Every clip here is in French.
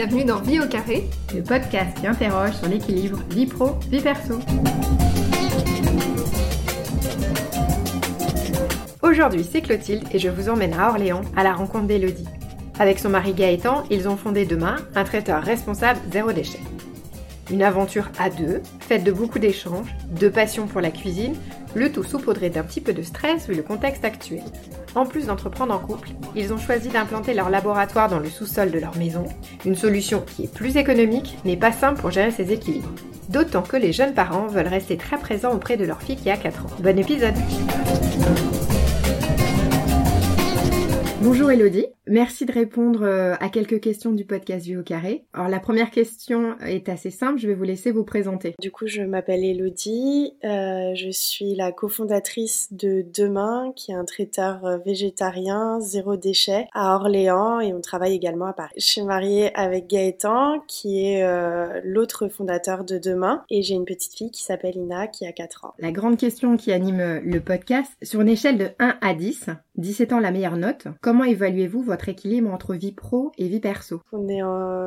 bienvenue dans Vie au carré, le podcast qui interroge sur l'équilibre vie pro, vie perso. Aujourd'hui, c'est Clotilde et je vous emmène à Orléans à la rencontre d'Élodie. Avec son mari Gaëtan, ils ont fondé Demain, un traiteur responsable zéro déchet. Une aventure à deux, faite de beaucoup d'échanges, de passion pour la cuisine, le tout saupoudré d'un petit peu de stress vu le contexte actuel. En plus d'entreprendre en couple, ils ont choisi d'implanter leur laboratoire dans le sous-sol de leur maison, une solution qui est plus économique mais pas simple pour gérer ses équilibres. D'autant que les jeunes parents veulent rester très présents auprès de leur fille qui a 4 ans. Bon épisode! Bonjour Élodie, merci de répondre à quelques questions du podcast Vie au carré. Alors la première question est assez simple, je vais vous laisser vous présenter. Du coup, je m'appelle Élodie, je suis la cofondatrice de Demain, qui est un traiteur végétarien zéro déchet à Orléans et on travaille également à Paris. Je suis mariée avec Gaëtan, qui est l'autre fondateur de Demain et j'ai une petite fille qui s'appelle Ina, qui a 4 ans. La grande question qui anime le podcast, sur une échelle de 1 à 10, 10 étant la meilleure note, comment évaluez-vous votre équilibre entre vie pro et vie perso? On est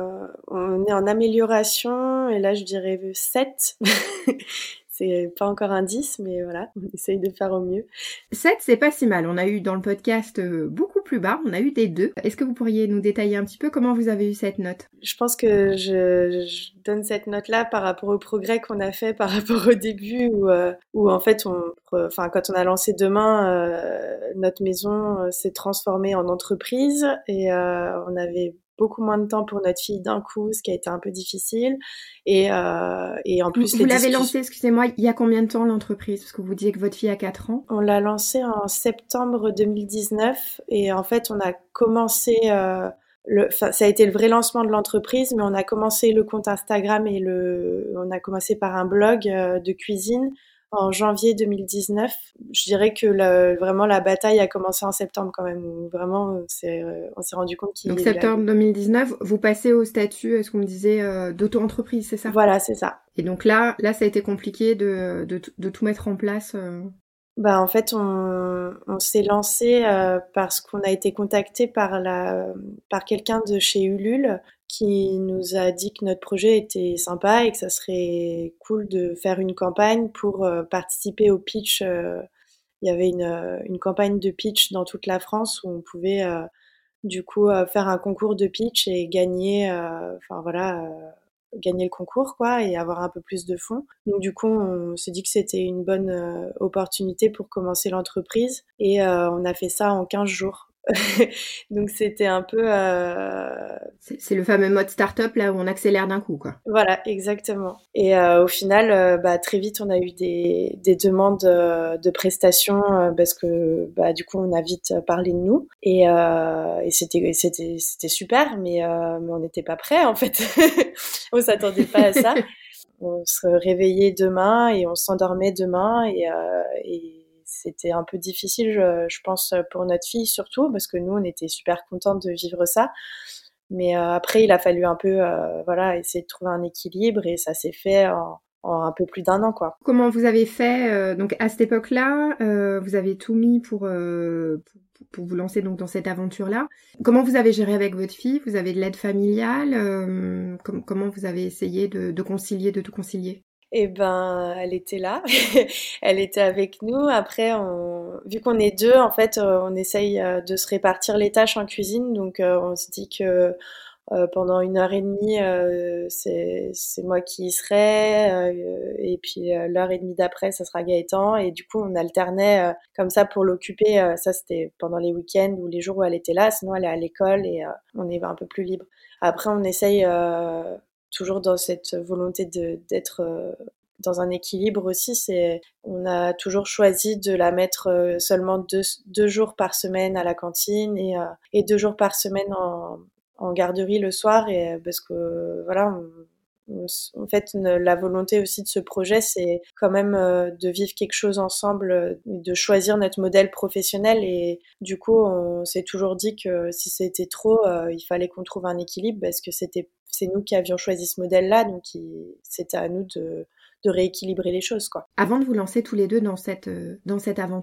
en amélioration et là je dirais 7. C'est pas encore un 10, mais voilà, on essaye de faire au mieux. 7, c'est pas si mal. On a eu dans le podcast beaucoup plus bas, on a eu des 2. Est-ce que vous pourriez nous détailler un petit peu comment vous avez eu cette note? Je pense que je donne cette note-là par rapport au progrès qu'on a fait par rapport au début où en fait, quand on a lancé Demain, notre maison s'est transformée en entreprise et on avait beaucoup moins de temps pour notre fille d'un coup, ce qui a été un peu difficile. Et en plus, vous l'avez lancé, excusez-moi, il y a combien de temps l'entreprise? Parce que vous disiez que votre fille a 4 ans. On l'a lancée en septembre 2019 et en fait, on a commencé... ça a été le vrai lancement de l'entreprise, mais on a commencé le compte Instagram et on a commencé par un blog de cuisine en janvier 2019. Je dirais que vraiment la bataille a commencé en septembre quand même. Vraiment, on s'est rendu compte qu'il... Donc septembre 2019, vous passez au statut, ce qu'on me disait, d'auto-entreprise, c'est ça? Voilà, c'est ça. Et donc là, ça a été compliqué de tout mettre en place. En fait, on s'est lancé parce qu'on a été contacté par quelqu'un de chez Ulule qui nous a dit que notre projet était sympa et que ça serait cool de faire une campagne pour participer au pitch. Il y avait une campagne de pitch dans toute la France où on pouvait du coup faire un concours de pitch et gagner, gagner le concours quoi et avoir un peu plus de fonds. Donc du coup, on s'est dit que c'était une bonne opportunité pour commencer l'entreprise et on a fait ça en 15 jours. Donc c'était un peu... C'est le fameux mode start-up là où on accélère d'un coup, quoi. Voilà, exactement. Et au final, très vite, on a eu des demandes de prestations parce que du coup, on a vite parlé de nous. Et c'était super, mais on n'était pas prêts en fait. On s'attendait pas à ça. On se réveillait demain et on s'endormait demain et c'était un peu difficile, je pense, pour notre fille surtout, parce que nous, on était super contents de vivre ça. Mais après, il a fallu un peu essayer de trouver un équilibre et ça s'est fait en un peu plus d'1 an, quoi. Comment vous avez fait donc à cette époque-là, vous avez tout mis pour vous lancer donc dans cette aventure-là. Comment vous avez géré avec votre fille? Vous avez de l'aide familiale? Comment vous avez essayé de concilier, de tout concilier? Eh ben, elle était là, elle était avec nous. Après, vu qu'on est 2, en fait, on essaye de se répartir les tâches en cuisine. Donc, on se dit que pendant 1h30, c'est moi qui y serai, et puis l'heure et demie d'après, ça sera Gaëtan. Et du coup, on alternait comme ça pour l'occuper. Ça, c'était pendant les week-ends ou les jours où elle était là. Sinon, elle est à l'école et on est un peu plus libre. Après, on essaye toujours dans cette volonté d'être dans un équilibre aussi, on a toujours choisi de la mettre seulement 2 jours par semaine à la cantine et 2 jours par semaine en garderie le soir et parce que voilà, en fait la volonté aussi de ce projet c'est quand même de vivre quelque chose ensemble, de choisir notre modèle professionnel et du coup on s'est toujours dit que si c'était trop il fallait qu'on trouve un équilibre parce que c'est nous qui avions choisi ce modèle-là donc c'était à nous de rééquilibrer les choses quoi. Avant de vous lancer tous les deux dans cette aventure,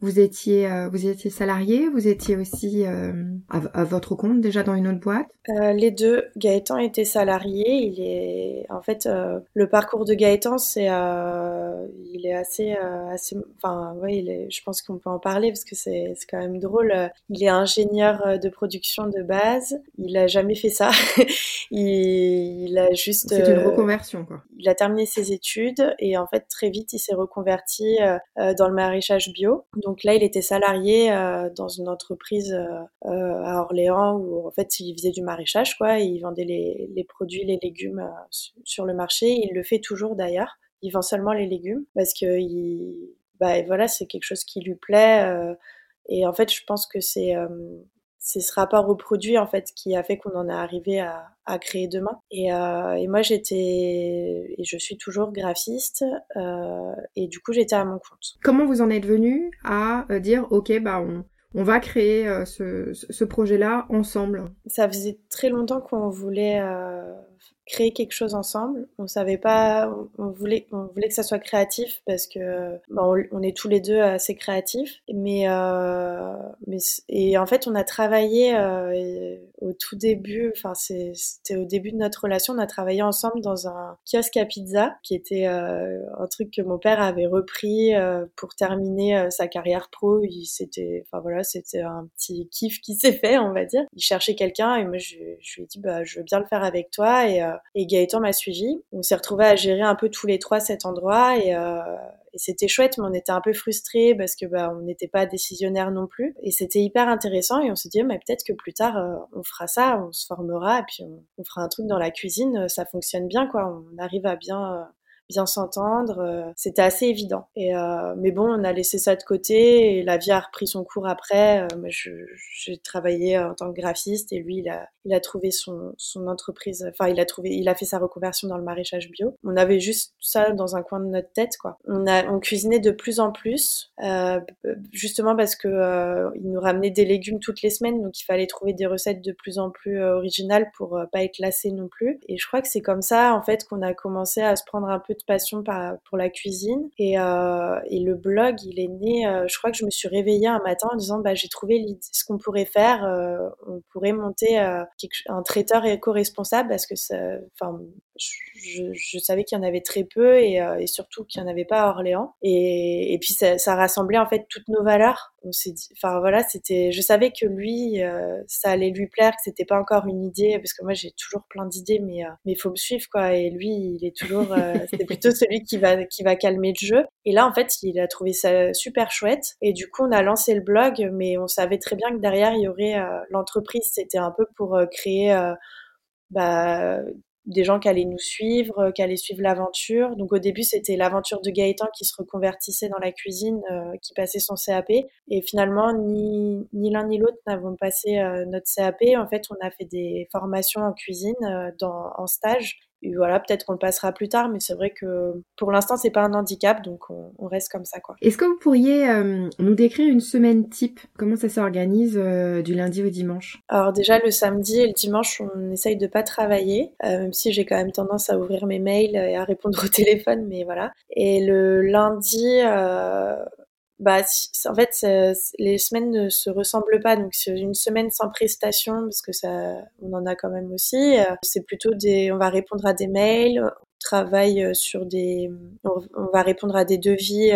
Vous étiez salarié, vous étiez aussi à votre compte déjà dans une autre boîte? Les deux. Gaëtan était salarié. En fait, le parcours de Gaëtan, il est assez, enfin, ouais, je pense qu'on peut en parler parce que c'est quand même drôle. Il est ingénieur de production de base. Il a jamais fait ça. Il a juste, C'est une reconversion, quoi. il a terminé ses études et en fait très vite il s'est reconverti dans le maraîchage bio. Donc là, il était salarié dans une entreprise à Orléans où en fait il faisait du maraîchage quoi, il vendait les produits, les légumes sur le marché. Il le fait toujours d'ailleurs. Il vend seulement les légumes parce que bah, voilà, c'est quelque chose qui lui plaît. Et en fait, je pense que c'est ce rapport au produit en fait qui a fait qu'on en est arrivé à créer Demain. Et moi et je suis toujours graphiste et du coup j'étais à mon compte. Comment vous en êtes venu à dire, ok, bah on va créer ce projet-là ensemble? Ça faisait très longtemps qu'on voulait créer quelque chose ensemble. On savait pas, on voulait que ça soit créatif parce que bah, on est tous les deux assez créatifs. Et en fait, on a travaillé au tout début. Enfin, c'était au début de notre relation. On a travaillé ensemble dans un kiosque à pizza, qui était un truc que mon père avait repris pour terminer sa carrière pro. Enfin voilà, c'était un petit kiff qui s'est fait, on va dire. Il cherchait quelqu'un et moi je lui ai dit bah je veux bien le faire avec toi et Gaëtan m'a suivi. On s'est retrouvés à gérer un peu tous les trois cet endroit et c'était chouette, mais on était un peu frustrés parce que bah on n'était pas décisionnaires non plus. Et c'était hyper intéressant et on s'est dit mais peut-être que plus tard on fera ça, on se formera et puis on fera un truc dans la cuisine, ça fonctionne bien quoi. On arrive à bien s'entendre. C'était assez évident. Mais bon, on a laissé ça de côté et la vie a repris son cours après. Moi, j'ai travaillé en tant que graphiste et lui, il a trouvé son entreprise. Enfin, il a fait sa reconversion dans le maraîchage bio. On avait juste ça dans un coin de notre tête, quoi. On cuisinait de plus en plus, justement parce que il nous ramenait des légumes toutes les semaines, donc il fallait trouver des recettes de plus en plus originales pour pas être lassé non plus. Et je crois que c'est comme ça, en fait, qu'on a commencé à se prendre un peu de passion pour la cuisine. Et le blog, il est né, je crois que je me suis réveillée un matin en disant, bah, j'ai trouvé ce qu'on pourrait faire. On pourrait monter un traiteur éco-responsable parce que enfin, je savais qu'il y en avait très peu et surtout qu'il n'y en avait pas à Orléans. Et puis ça rassemblait en fait toutes nos valeurs. On s'est dit, enfin voilà, je savais que lui, ça allait lui plaire, que c'était pas encore une idée, parce que moi j'ai toujours plein d'idées, mais il faut me suivre quoi. Et lui, il est toujours, c'est plutôt celui qui va calmer le jeu. Et là, en fait, il a trouvé ça super chouette. Et du coup, on a lancé le blog, mais on savait très bien que derrière, il y aurait l'entreprise. C'était un peu pour créer bah, des gens qui allaient nous suivre, qui allaient suivre l'aventure. Donc au début, c'était l'aventure de Gaëtan qui se reconvertissait dans la cuisine, qui passait son CAP. Et finalement, ni l'un ni l'autre n'avons passé notre CAP. En fait, on a fait des formations en cuisine en stage. Et voilà, peut-être qu'on le passera plus tard, mais c'est vrai que pour l'instant, c'est pas un handicap, donc on reste comme ça, quoi. Est-ce que vous pourriez nous décrire une semaine type? Comment ça s'organise du lundi au dimanche? Alors déjà, le samedi et le dimanche, on essaye de pas travailler, même si j'ai quand même tendance à ouvrir mes mails et à répondre au téléphone, mais voilà. Et le lundi, bah, en fait, les semaines ne se ressemblent pas, donc c'est une semaine sans prestation, parce que on en a quand même aussi. C'est plutôt on va répondre à des mails, on travaille on va répondre à des devis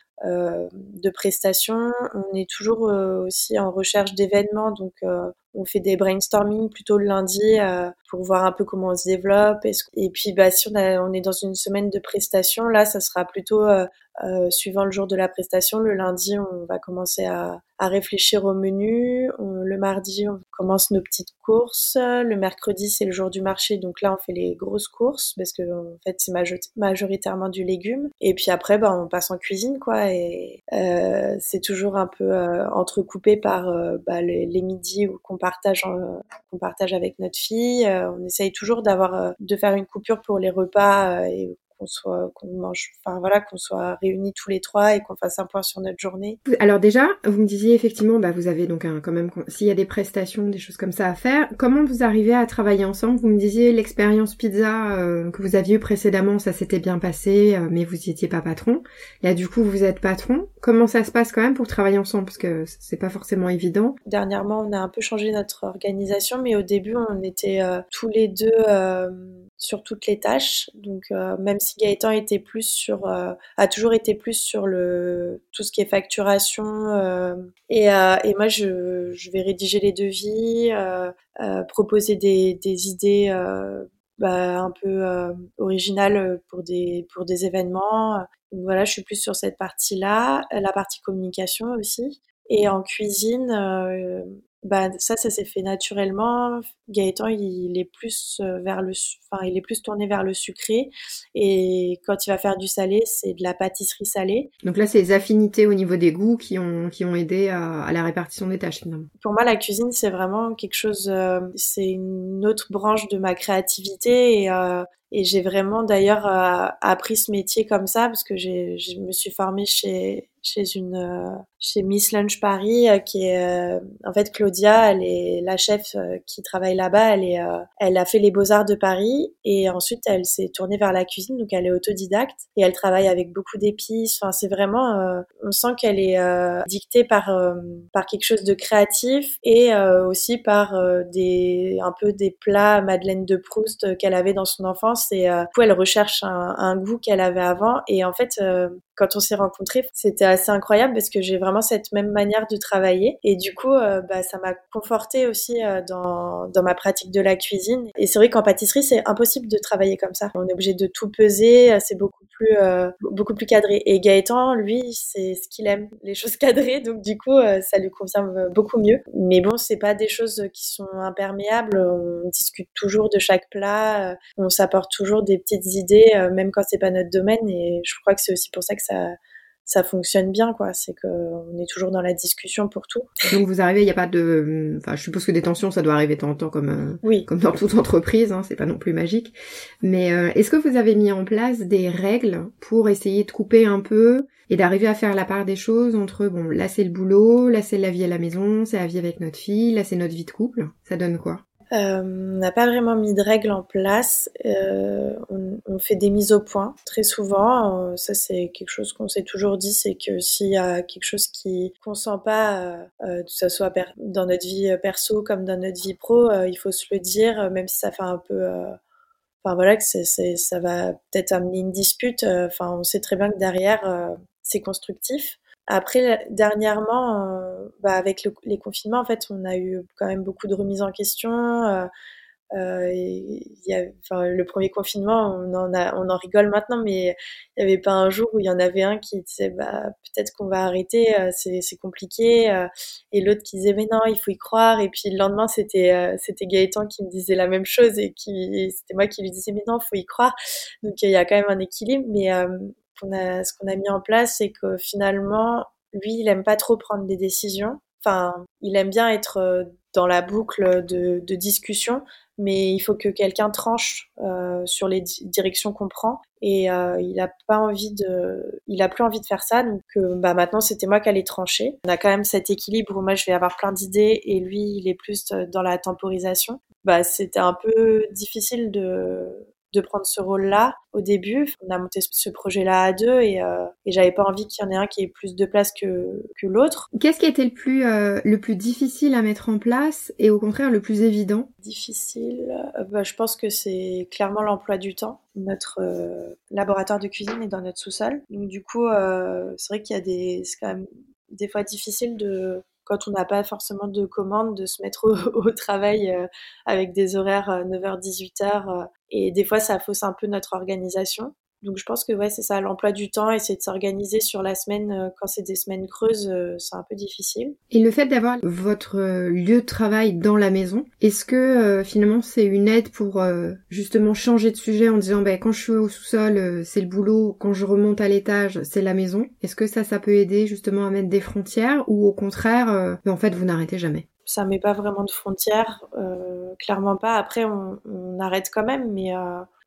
de prestations. On est toujours aussi en recherche d'événements, donc on fait des brainstorming plutôt le lundi pour voir un peu comment on se développe. Et puis bah, si on est dans une semaine de prestations, là, ça sera plutôt suivant le jour de la prestation. Le lundi, on va commencer à réfléchir au menu. Le mardi, on commence nos petites courses. Le mercredi, c'est le jour du marché, donc là, on fait les grosses courses parce que en fait, c'est majoritairement du légume. Et puis après, bah, on passe en cuisine, quoi. Et c'est toujours un peu entrecoupé par bah, les midis qu'on partage avec notre fille. On essaye toujours de faire une coupure pour les repas et qu'on mange, enfin voilà, qu'on soit réunis tous les trois et qu'on fasse un point sur notre journée. Alors déjà, vous me disiez effectivement, vous avez donc quand même, s'il y a des prestations, des choses comme ça à faire, comment vous arrivez à travailler ensemble? Vous me disiez l'expérience pizza que vous aviez eue précédemment, ça s'était bien passé, mais vous n'y étiez pas patron. Là, du coup, vous êtes patron. Comment ça se passe quand même pour travailler ensemble? Parce que c'est pas forcément évident. Dernièrement, on a un peu changé notre organisation, mais au début, on était tous les deux sur toutes les tâches. Donc, même si Gaëtan était a toujours été plus sur tout ce qui est facturation, et moi, je vais rédiger les devis, proposer des idées un peu originales pour des événements. Donc voilà, je suis plus sur cette partie-là, la partie communication aussi. Et en cuisine, ça s'est fait naturellement. Gaëtan, il est plus il est plus tourné vers le sucré. Et quand il va faire du salé, c'est de la pâtisserie salée. Donc là, c'est les affinités au niveau des goûts qui ont aidé à la répartition des tâches finalement. Pour moi, la cuisine, c'est vraiment quelque chose, c'est une autre branche de ma créativité et j'ai vraiment d'ailleurs appris ce métier comme ça parce que je me suis formée chez Miss Lunch Paris qui est en fait Claudia, elle est la chef qui travaille là-bas, elle a fait les Beaux-Arts de Paris et ensuite elle s'est tournée vers la cuisine, donc elle est autodidacte et elle travaille avec beaucoup d'épices. Enfin, c'est vraiment on sent qu'elle est dictée par quelque chose de créatif et aussi par un peu des plats Madeleine de Proust qu'elle avait dans son enfance et du coup elle recherche un goût qu'elle avait avant et en fait quand on s'est rencontrés, c'était assez incroyable parce que j'ai vraiment cette même manière de travailler et du coup, ça m'a confortée aussi dans ma pratique de la cuisine. Et c'est vrai qu'en pâtisserie, c'est impossible de travailler comme ça. On est obligé de tout peser, c'est beaucoup plus cadré. Et Gaëtan, lui, c'est ce qu'il aime, les choses cadrées, donc du coup, ça lui convient beaucoup mieux. Mais bon, c'est pas des choses qui sont imperméables. On discute toujours de chaque plat, on s'apporte toujours des petites idées, même quand c'est pas notre domaine. Et je crois que c'est aussi pour ça que ça fonctionne bien, quoi. C'est qu'on est toujours dans la discussion pour tout. Donc vous arrivez, il n'y a pas de... Enfin, je suppose que des tensions, ça doit arriver de temps en temps Oui. comme dans toute entreprise, hein, c'est pas non plus magique. Mais est-ce que vous avez mis en place des règles pour essayer de couper un peu et d'arriver à faire la part des choses entre, bon, là c'est le boulot, là c'est la vie à la maison, c'est la vie avec notre fille, là c'est notre vie de couple. Ça donne quoi? On n'a pas vraiment mis de règles en place. On fait des mises au point très souvent. Ça, c'est quelque chose qu'on s'est toujours dit, c'est que s'il y a quelque chose qu'on sent pas, que ce soit dans notre vie perso comme dans notre vie pro, il faut se le dire, même si ça fait un peu, enfin voilà, que ça va peut-être amener une dispute. Enfin, on sait très bien que derrière, c'est constructif. Après, dernièrement, avec les confinements, en fait, on a eu quand même beaucoup de remises en question. Enfin, le premier confinement, on en rigole maintenant, mais il n'y avait pas un jour où il y en avait un qui disait, peut-être qu'on va arrêter, c'est compliqué, et l'autre qui disait, mais non, il faut y croire. Et puis le lendemain, c'était Gaëtan qui me disait la même chose et c'était moi qui lui disais, mais non, il faut y croire. Donc il y a quand même un équilibre, mais ce qu'on a mis en place, c'est que finalement, lui, il aime pas trop prendre des décisions. Enfin, il aime bien être dans la boucle de discussion, mais il faut que quelqu'un tranche sur les directions qu'on prend. Et il a plus envie de faire ça. Donc maintenant, c'était moi qui allais trancher. On a quand même cet équilibre où moi, je vais avoir plein d'idées et lui, il est plus dans la temporisation. C'était un peu difficile de prendre ce rôle-là au début. On a monté ce projet-là à deux et j'avais pas envie qu'il y en ait un qui ait plus de place que l'autre. Qu'est-ce qui a été le plus difficile à mettre en place et au contraire le plus évident? Difficile, je pense que c'est clairement l'emploi du temps. Notre laboratoire de cuisine est dans notre sous-sol. Donc du coup, c'est vrai qu'il y a c'est quand même des fois difficile quand on n'a pas forcément de commandes, de se mettre au travail avec des horaires 9h-18h. Et des fois, ça fausse un peu notre organisation. Donc je pense que ouais, c'est ça, l'emploi du temps, essayer de s'organiser sur la semaine quand c'est des semaines creuses, c'est un peu difficile. Et le fait d'avoir votre lieu de travail dans la maison, est-ce que finalement c'est une aide pour justement changer de sujet en disant quand je suis au sous-sol, c'est le boulot, quand je remonte à l'étage, c'est la maison? Est-ce que ça peut aider justement à mettre des frontières ou au contraire, en fait vous n'arrêtez jamais? Ça met pas vraiment de frontières, clairement pas. Après, on arrête quand même, mais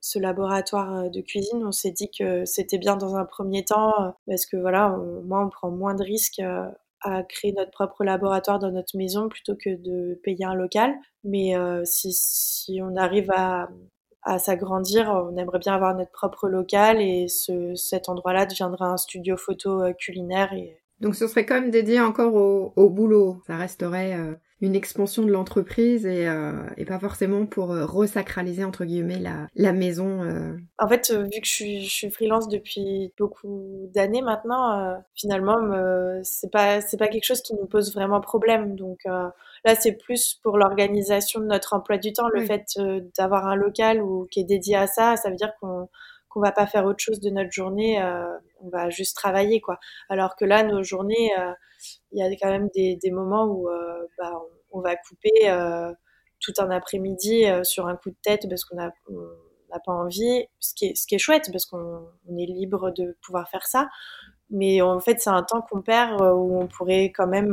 ce laboratoire de cuisine, on s'est dit que c'était bien dans un premier temps parce que voilà, moi, on prend moins de risques à créer notre propre laboratoire dans notre maison plutôt que de payer un local. Mais si on arrive à s'agrandir, on aimerait bien avoir notre propre local et cet endroit-là deviendra un studio photo culinaire. Donc ce serait quand même dédié encore au boulot. Ça resterait une expansion de l'entreprise et pas forcément pour resacraliser entre guillemets la maison. En fait, vu que je suis freelance depuis beaucoup d'années maintenant, finalement, c'est pas quelque chose qui nous pose vraiment problème. Donc là, c'est plus pour l'organisation de notre emploi du temps, le Oui. fait d'avoir un local qui est dédié à ça, ça veut dire qu'on va pas faire autre chose de notre journée, on va juste travailler, quoi. Alors que là, nos journées, il y a quand même des moments où on va couper tout un après-midi sur un coup de tête parce on n'a pas envie, ce qui est chouette parce qu'on est libre de pouvoir faire ça. Mais en fait, c'est un temps qu'on perd où on pourrait quand même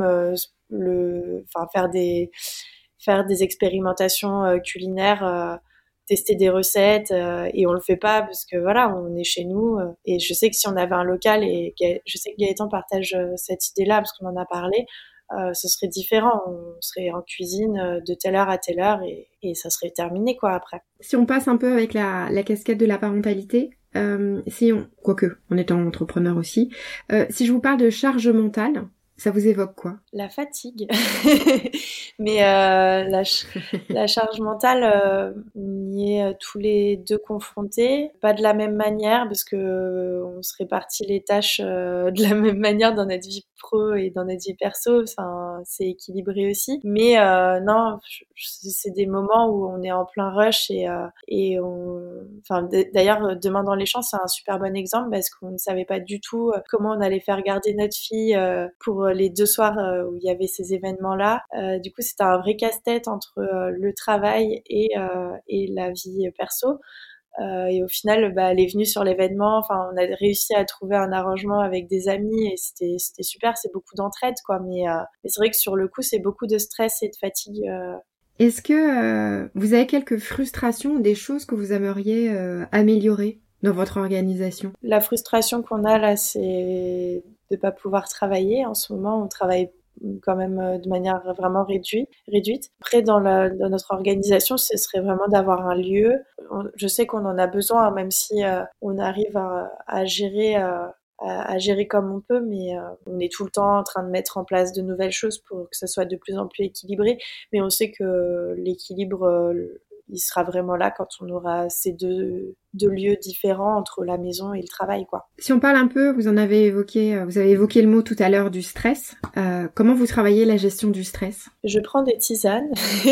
faire des expérimentations culinaires, tester des recettes, et on le fait pas parce que voilà, on est chez nous. Et je sais que si on avait un local je sais que Gaëtan partage cette idée-là parce qu'on en a parlé. Ce serait différent, on serait en cuisine de telle heure à telle heure et ça serait terminé quoi après. Si on passe un peu avec la casquette de la parentalité, quoique en étant entrepreneur aussi, si je vous parle de charge mentale, ça vous évoque quoi? La fatigue. Mais la charge mentale, on y est tous les deux confrontés. Pas de la même manière parce que on se répartit les tâches de la même manière dans notre vie pro et dans notre vie perso. Enfin, c'est équilibré aussi. Mais non, c'est des moments où on est en plein rush d'ailleurs, Demain dans les champs, c'est un super bon exemple parce qu'on ne savait pas du tout comment on allait faire garder notre fille pour les 2 soirs où il y avait ces événements-là. Du coup, c'était un vrai casse-tête entre le travail et la vie perso. Et au final, elle est venue sur l'événement. Enfin, on a réussi à trouver un arrangement avec des amis et c'était super. C'est beaucoup d'entraide, quoi. Mais c'est vrai que sur le coup, c'est beaucoup de stress et de fatigue. Est-ce que vous avez quelques frustrations ou des choses que vous aimeriez améliorer dans votre organisation? La frustration qu'on a là, c'est de pas pouvoir travailler. En ce moment, on travaille quand même de manière vraiment réduite. Après, dans notre organisation, ce serait vraiment d'avoir un lieu. Je sais qu'on en a besoin, hein, même si on arrive à gérer. À gérer comme on peut, mais on est tout le temps en train de mettre en place de nouvelles choses pour que ça soit de plus en plus équilibré. Mais on sait que l'équilibre, il sera vraiment là quand on aura ces deux lieux différents entre la maison et le travail, quoi. Si on parle un peu, vous avez évoqué le mot tout à l'heure du stress. Comment vous travaillez la gestion du stress? Je prends des tisanes.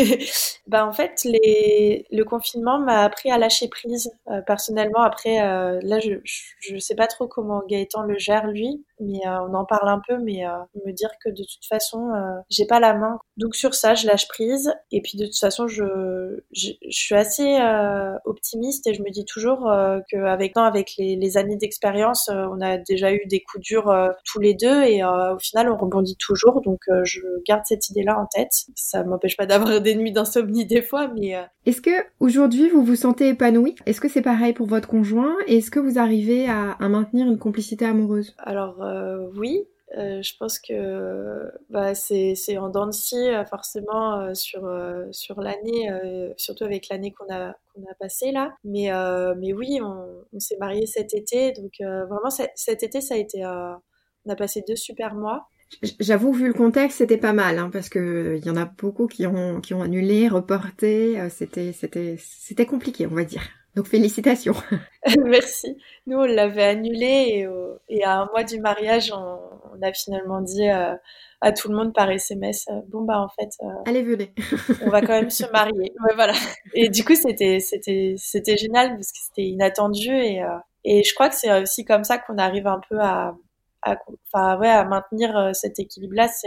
En fait, le confinement m'a appris à lâcher prise. Personnellement, après, là, je sais pas trop comment Gaëtan le gère, lui, mais on en parle un peu, mais me dire que de toute façon, j'ai pas la main. Donc sur ça, je lâche prise. Et puis de toute façon, je suis assez optimiste et je me dis toujours qu'avec les années d'expérience, on a déjà eu des coups durs tous les deux et au final, on rebondit toujours. Donc je garde cette idée-là en tête. Ça m'empêche pas d'avoir des nuits d'insomnie des fois, mais... Est-ce que aujourd'hui vous vous sentez épanoui? Est-ce que c'est pareil pour votre conjoint? Est-ce que vous arrivez à maintenir une complicité amoureuse? Alors oui, je pense que c'est en dents de scie forcément sur l'année, surtout avec l'année qu'on a passée là. Mais oui, on s'est mariés cet été, donc vraiment cet été ça a été on a passé 2 super mois. J'avoue, vu le contexte, c'était pas mal, hein, parce que il y en a beaucoup qui ont annulé, reporté. C'était compliqué, on va dire. Donc félicitations. Merci. Nous, on l'avait annulé et à un mois du mariage, on a finalement dit à tout le monde par SMS, en fait, Allez, venez. on va quand même se marier. Ouais, voilà. Et du coup, c'était génial parce que c'était inattendu et je crois que c'est aussi comme ça qu'on arrive un peu à maintenir cet équilibre-là, c'est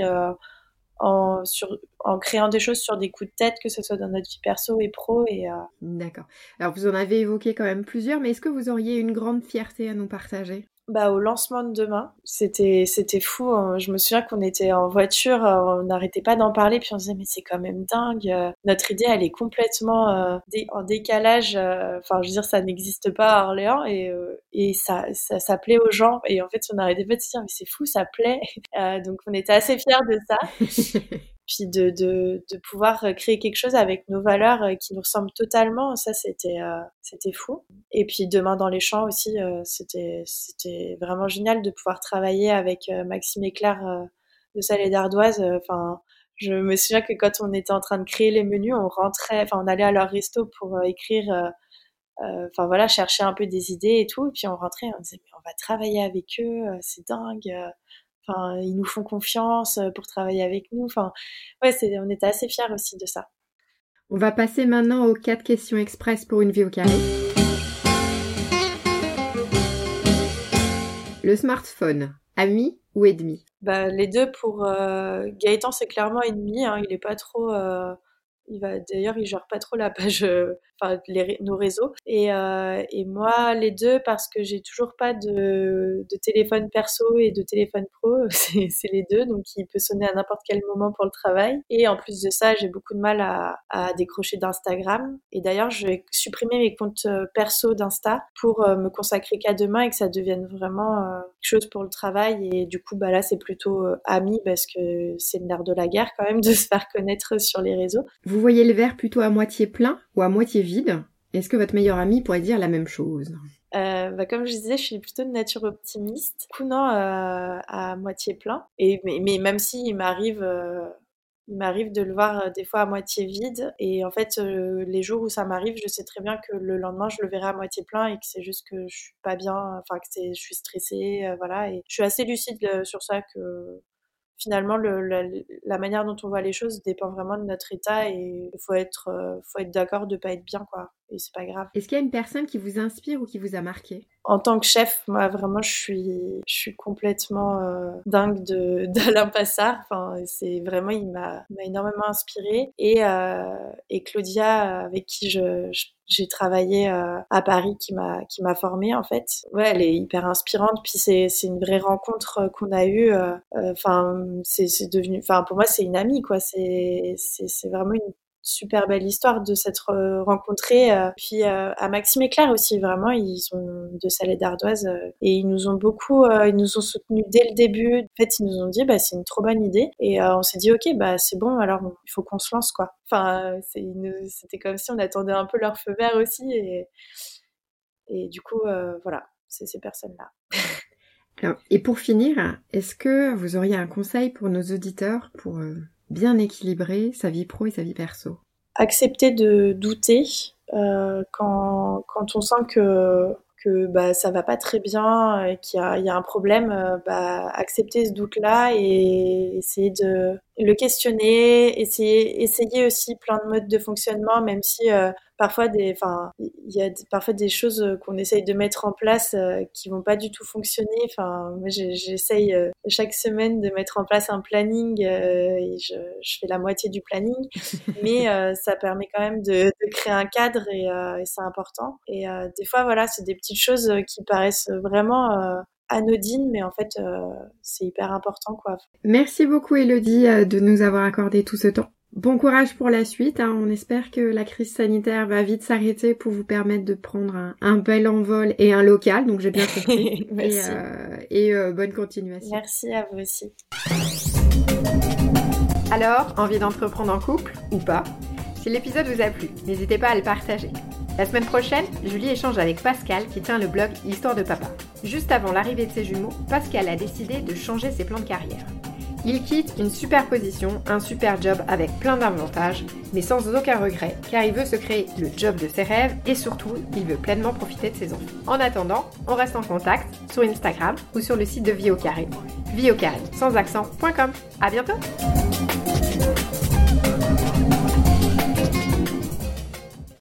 en créant des choses sur des coups de tête, que ce soit dans notre vie perso et pro. D'accord. Alors, vous en avez évoqué quand même plusieurs, mais est-ce que vous auriez une grande fierté à nous partager? Bah, au lancement de demain, c'était fou, hein. Je me souviens qu'on était en voiture, on n'arrêtait pas d'en parler, puis on se disait: «Mais c'est quand même dingue, notre idée, elle est complètement, en décalage, enfin, je veux dire, ça n'existe pas à Orléans et ça plaît aux gens» et en fait, on n'arrêtait pas de se dire: «Mais c'est fou, ça plaît». Donc on était assez fiers de ça. Puis de pouvoir créer quelque chose avec nos valeurs qui nous ressemblent totalement, ça c'était fou. Et puis Demain dans les champs aussi, c'était vraiment génial de pouvoir travailler avec Maxime et Claire de Salé d'Ardoise. Enfin, je me souviens que quand on était en train de créer les menus, on rentrait, enfin on allait à leur resto pour écrire, enfin voilà, chercher un peu des idées et tout. Et puis on rentrait, on disait mais on va travailler avec eux, c'est dingue. Enfin, ils nous font confiance pour travailler avec nous. Enfin, ouais, on était assez fiers aussi de ça. On va passer maintenant aux 4 questions express pour une vie au carré. Le smartphone, ami ou ennemi? Bah, les deux pour Gaëtan, c'est clairement ennemi. Hein, il est pas trop. D'ailleurs, il gère pas trop la page, enfin nos réseaux. Et moi, les deux parce que j'ai toujours pas de téléphone perso et de téléphone pro. C'est les deux, donc il peut sonner à n'importe quel moment pour le travail. Et en plus de ça, j'ai beaucoup de mal à décrocher d'Instagram. Et d'ailleurs, je vais supprimer mes comptes perso d'Insta pour me consacrer qu'à demain et que ça devienne vraiment quelque chose pour le travail. Et du coup, bah là, c'est plutôt ami parce que c'est le nerf de la guerre quand même de se faire connaître sur les réseaux. Vous voyez le verre plutôt à moitié plein ou à moitié vide? Est-ce que votre meilleur ami pourrait dire la même chose? Bah, comme je disais, je suis plutôt de nature optimiste. Du coup, non, à moitié plein. Mais même si il m'arrive de le voir des fois à moitié vide. Et en fait, les jours où ça m'arrive, je sais très bien que le lendemain, je le verrai à moitié plein et que c'est juste que je suis pas bien, enfin que je suis stressée, voilà. Et je suis assez lucide sur ça que finalement, la manière dont on voit les choses dépend vraiment de notre état et faut être d'accord de pas être bien, quoi. Et c'est pas grave. Est-ce qu'il y a une personne qui vous inspire ou qui vous a marqué? En tant que chef, moi vraiment, je suis complètement dingue d'Alain Passard. Enfin, c'est vraiment, il m'a énormément inspirée. Et Claudia, avec qui j'ai travaillé à Paris, qui m'a formée en fait. Ouais, elle est hyper inspirante. Puis c'est une vraie rencontre qu'on a eue. Enfin, c'est devenu. Enfin, pour moi, c'est une amie quoi. C'est vraiment une super belle histoire de s'être rencontrés. Puis à Maxime et Claire aussi, vraiment, ils sont de Salé d'Ardoise et ils nous ont soutenus dès le début. En fait, ils nous ont dit, bah, c'est une trop bonne idée. Et on s'est dit, ok, bah, c'est bon, alors il faut qu'on se lance, quoi. Enfin, c'était comme si on attendait un peu leur feu vert aussi. Et du coup, voilà, c'est ces personnes-là. Alors, et pour finir, est-ce que vous auriez un conseil pour nos auditeurs pour bien équilibrer sa vie pro et sa vie perso? Accepter de douter quand on sent que bah, ça va pas très bien et il y a un problème, bah, accepter ce doute-là et essayer de le questionner, essayer aussi plein de modes de fonctionnement, même si parfois il y a parfois des choses qu'on essaye de mettre en place qui vont pas du tout fonctionner. Enfin, moi, j'essaye chaque semaine de mettre en place un planning et je fais la moitié du planning, mais ça permet quand même de créer un cadre et c'est important. Et des fois, voilà, c'est des petites choses qui paraissent vraiment anodines, mais en fait, c'est hyper important, quoi. Merci beaucoup Elodie de nous avoir accordé tout ce temps. Bon courage pour la suite, hein. On espère que la crise sanitaire va vite s'arrêter pour vous permettre de prendre un bel envol et un local, donc j'ai bien compris. Merci. Et bonne continuation. Merci à vous aussi. Alors, envie d'entreprendre en couple ou pas? Si l'épisode vous a plu, n'hésitez pas à le partager. La semaine prochaine, Julie échange avec Pascal qui tient le blog Histoire de Papa. Juste avant l'arrivée de ses jumeaux, Pascal a décidé de changer ses plans de carrière. Il quitte une super position, un super job avec plein d'avantages, mais sans aucun regret, car il veut se créer le job de ses rêves et surtout, il veut pleinement profiter de ses enfants. En attendant, on reste en contact sur Instagram ou sur le site de Vie au Carré, vieaucarré sans accent.com. À bientôt!